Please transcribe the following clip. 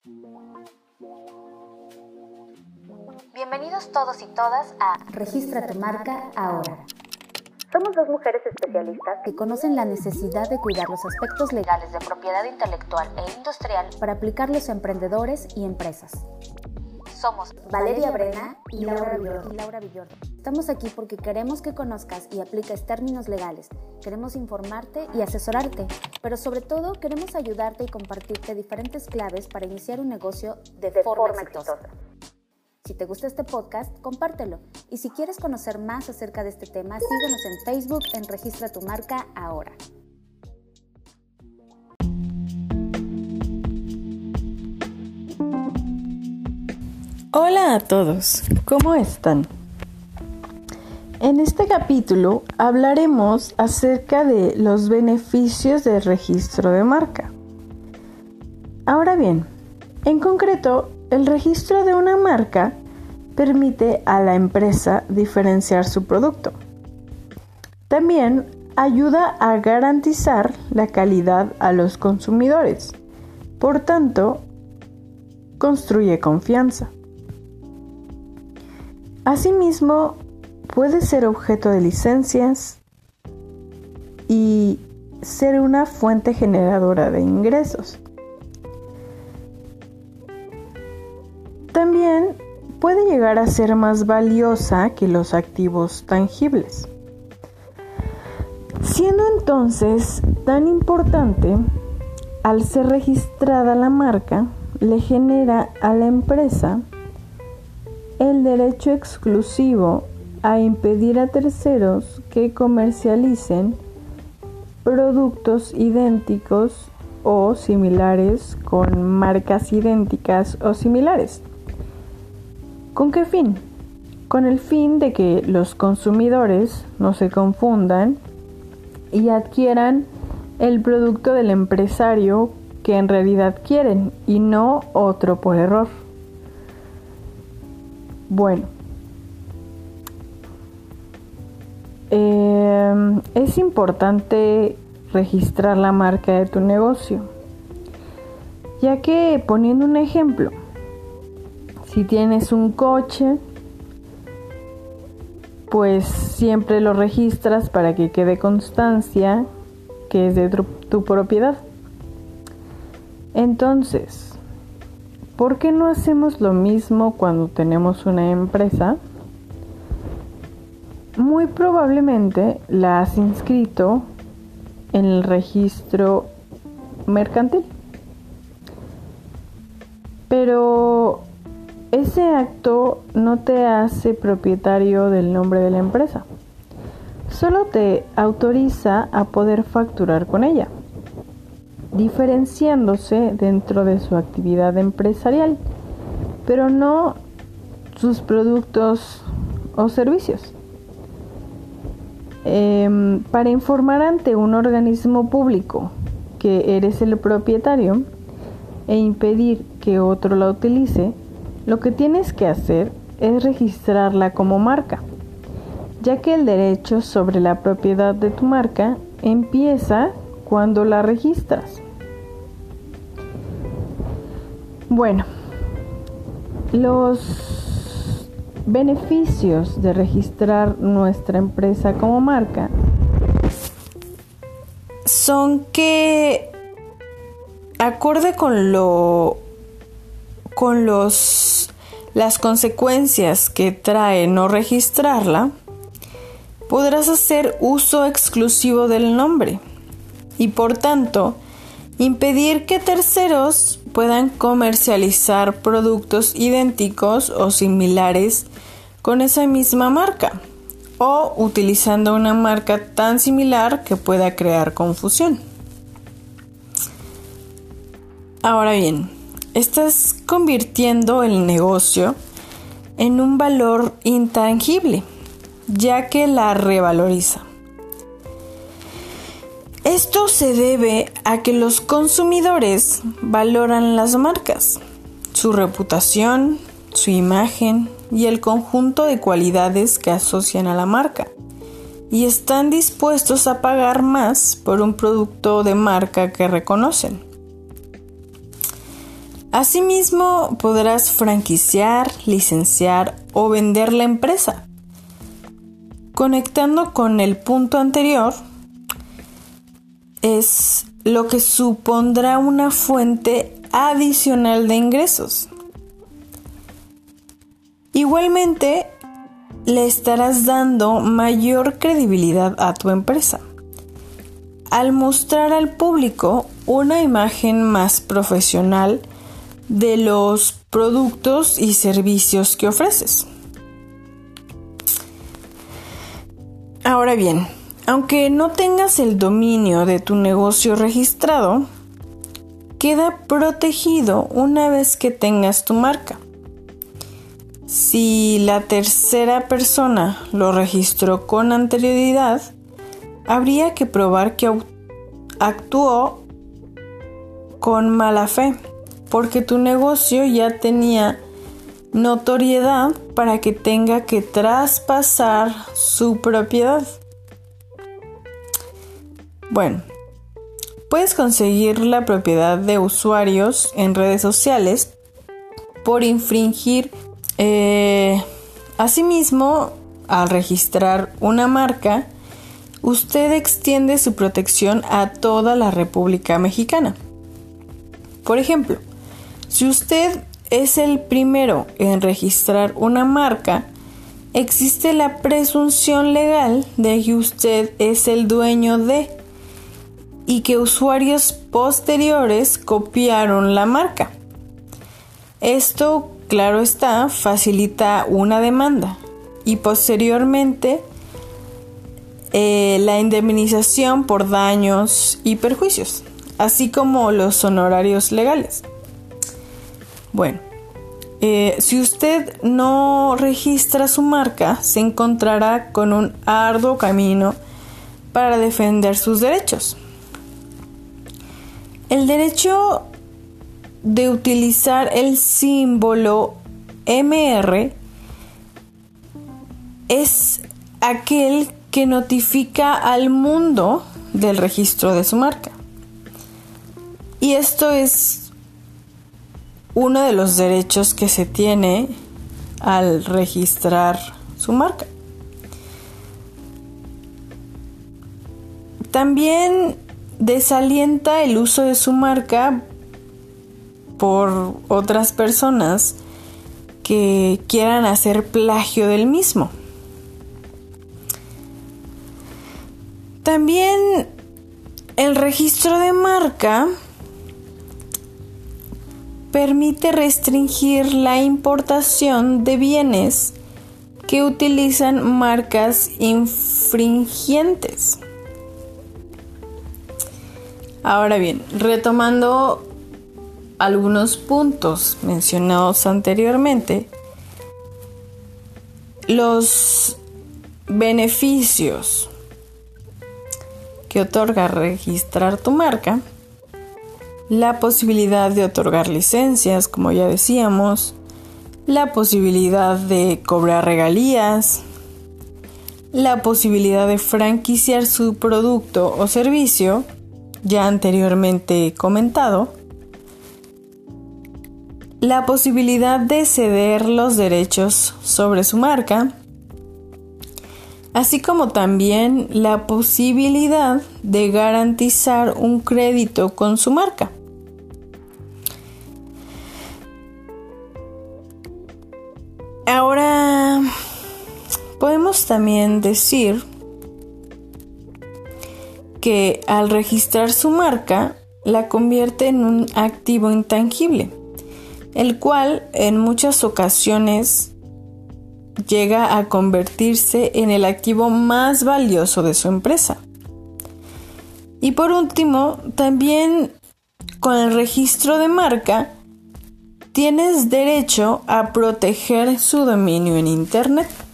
Bienvenidos todos y todas a Registra tu marca ahora. Somos dos mujeres especialistas Que conocen la necesidad de cuidar los aspectos legales de propiedad intelectual e industrial para aplicarlos a emprendedores y empresas. Somos Valeria Brena y Laura Villordo. Estamos aquí porque queremos que conozcas y apliques términos legales. Queremos informarte y asesorarte, pero sobre todo queremos ayudarte y compartirte diferentes claves para iniciar un negocio de forma exitosa. Si te gusta este podcast, compártelo. Y si quieres conocer más acerca de este tema, síguenos en Facebook en Registra tu marca ahora. Hola a todos, ¿cómo están? En este capítulo hablaremos acerca de los beneficios del registro de marca. Ahora bien, en concreto, el registro de una marca permite a la empresa diferenciar su producto. También ayuda a garantizar la calidad a los consumidores. Por tanto, construye confianza. Asimismo, puede ser objeto de licencias y ser una fuente generadora de ingresos. También puede llegar a ser más valiosa que los activos tangibles. Siendo entonces tan importante, al ser registrada la marca, le genera a la empresa el derecho exclusivo a impedir a terceros que comercialicen productos idénticos o similares con marcas idénticas o similares. ¿Con qué fin? Con el fin de que los consumidores no se confundan y adquieran el producto del empresario que en realidad quieren y no otro por error. Bueno, es importante registrar la marca de tu negocio, ya que, poniendo un ejemplo, si tienes un coche, pues siempre lo registras para que quede constancia que es de tu propiedad. Entonces, ¿por qué no hacemos lo mismo cuando tenemos una empresa? Muy probablemente la has inscrito en el registro mercantil. Pero ese acto no te hace propietario del nombre de la empresa. Solo te autoriza a poder facturar con ella, diferenciándose dentro de su actividad empresarial, pero no sus productos o servicios. Para informar ante un organismo público que eres el propietario e impedir que otro la utilice, lo que tienes que hacer es registrarla como marca, ya que el derecho sobre la propiedad de tu marca empieza cuando la registras. Bueno, los beneficios de registrar nuestra empresa como marca son que, acorde con las consecuencias que trae no registrarla, podrás hacer uso exclusivo del nombre y, por tanto, impedir que terceros puedan comercializar productos idénticos o similares con esa misma marca o utilizando una marca tan similar que pueda crear confusión. Ahora bien, estás convirtiendo el negocio en un valor intangible, ya que la revaloriza. Esto se debe a que los consumidores valoran las marcas, su reputación, su imagen y el conjunto de cualidades que asocian a la marca, y están dispuestos a pagar más por un producto de marca que reconocen. Asimismo, podrás franquiciar, licenciar o vender la empresa. Conectando con el punto anterior, es lo que supondrá una fuente adicional de ingresos. Igualmente, le estarás dando mayor credibilidad a tu empresa al mostrar al público una imagen más profesional de los productos y servicios que ofreces. Ahora bien, aunque no tengas el dominio de tu negocio registrado, queda protegido una vez que tengas tu marca. Si la tercera persona lo registró con anterioridad, habría que probar que actuó con mala fe, porque tu negocio ya tenía notoriedad para que tenga que traspasar su propiedad. Bueno, puedes conseguir la propiedad de usuarios en redes sociales por infringir. Asimismo, al registrar una marca, usted extiende su protección a toda la República Mexicana. Por ejemplo, si usted es el primero en registrar una marca, existe la presunción legal de que usted es el dueño de y que usuarios posteriores copiaron la marca. Esto, claro está, facilita una demanda y posteriormente la indemnización por daños y perjuicios, así como los honorarios legales. Bueno, si usted no registra su marca, se encontrará con un arduo camino para defender sus derechos. El derecho de utilizar el símbolo MR es aquel que notifica al mundo del registro de su marca. Y esto es uno de los derechos que se tiene al registrar su marca. También desalienta el uso de su marca por otras personas que quieran hacer plagio del mismo. También el registro de marca permite restringir la importación de bienes que utilizan marcas infringentes. Ahora bien, retomando algunos puntos mencionados anteriormente, los beneficios que otorga registrar tu marca: la posibilidad de otorgar licencias, como ya decíamos, la posibilidad de cobrar regalías, la posibilidad de franquiciar su producto o servicio, ya anteriormente comentado, la posibilidad de ceder los derechos sobre su marca, así como también la posibilidad de garantizar un crédito con su marca. Ahora, podemos también decir que al registrar su marca, la convierte en un activo intangible, el cual en muchas ocasiones llega a convertirse en el activo más valioso de su empresa. Y por último, también con el registro de marca, tienes derecho a proteger su dominio en Internet.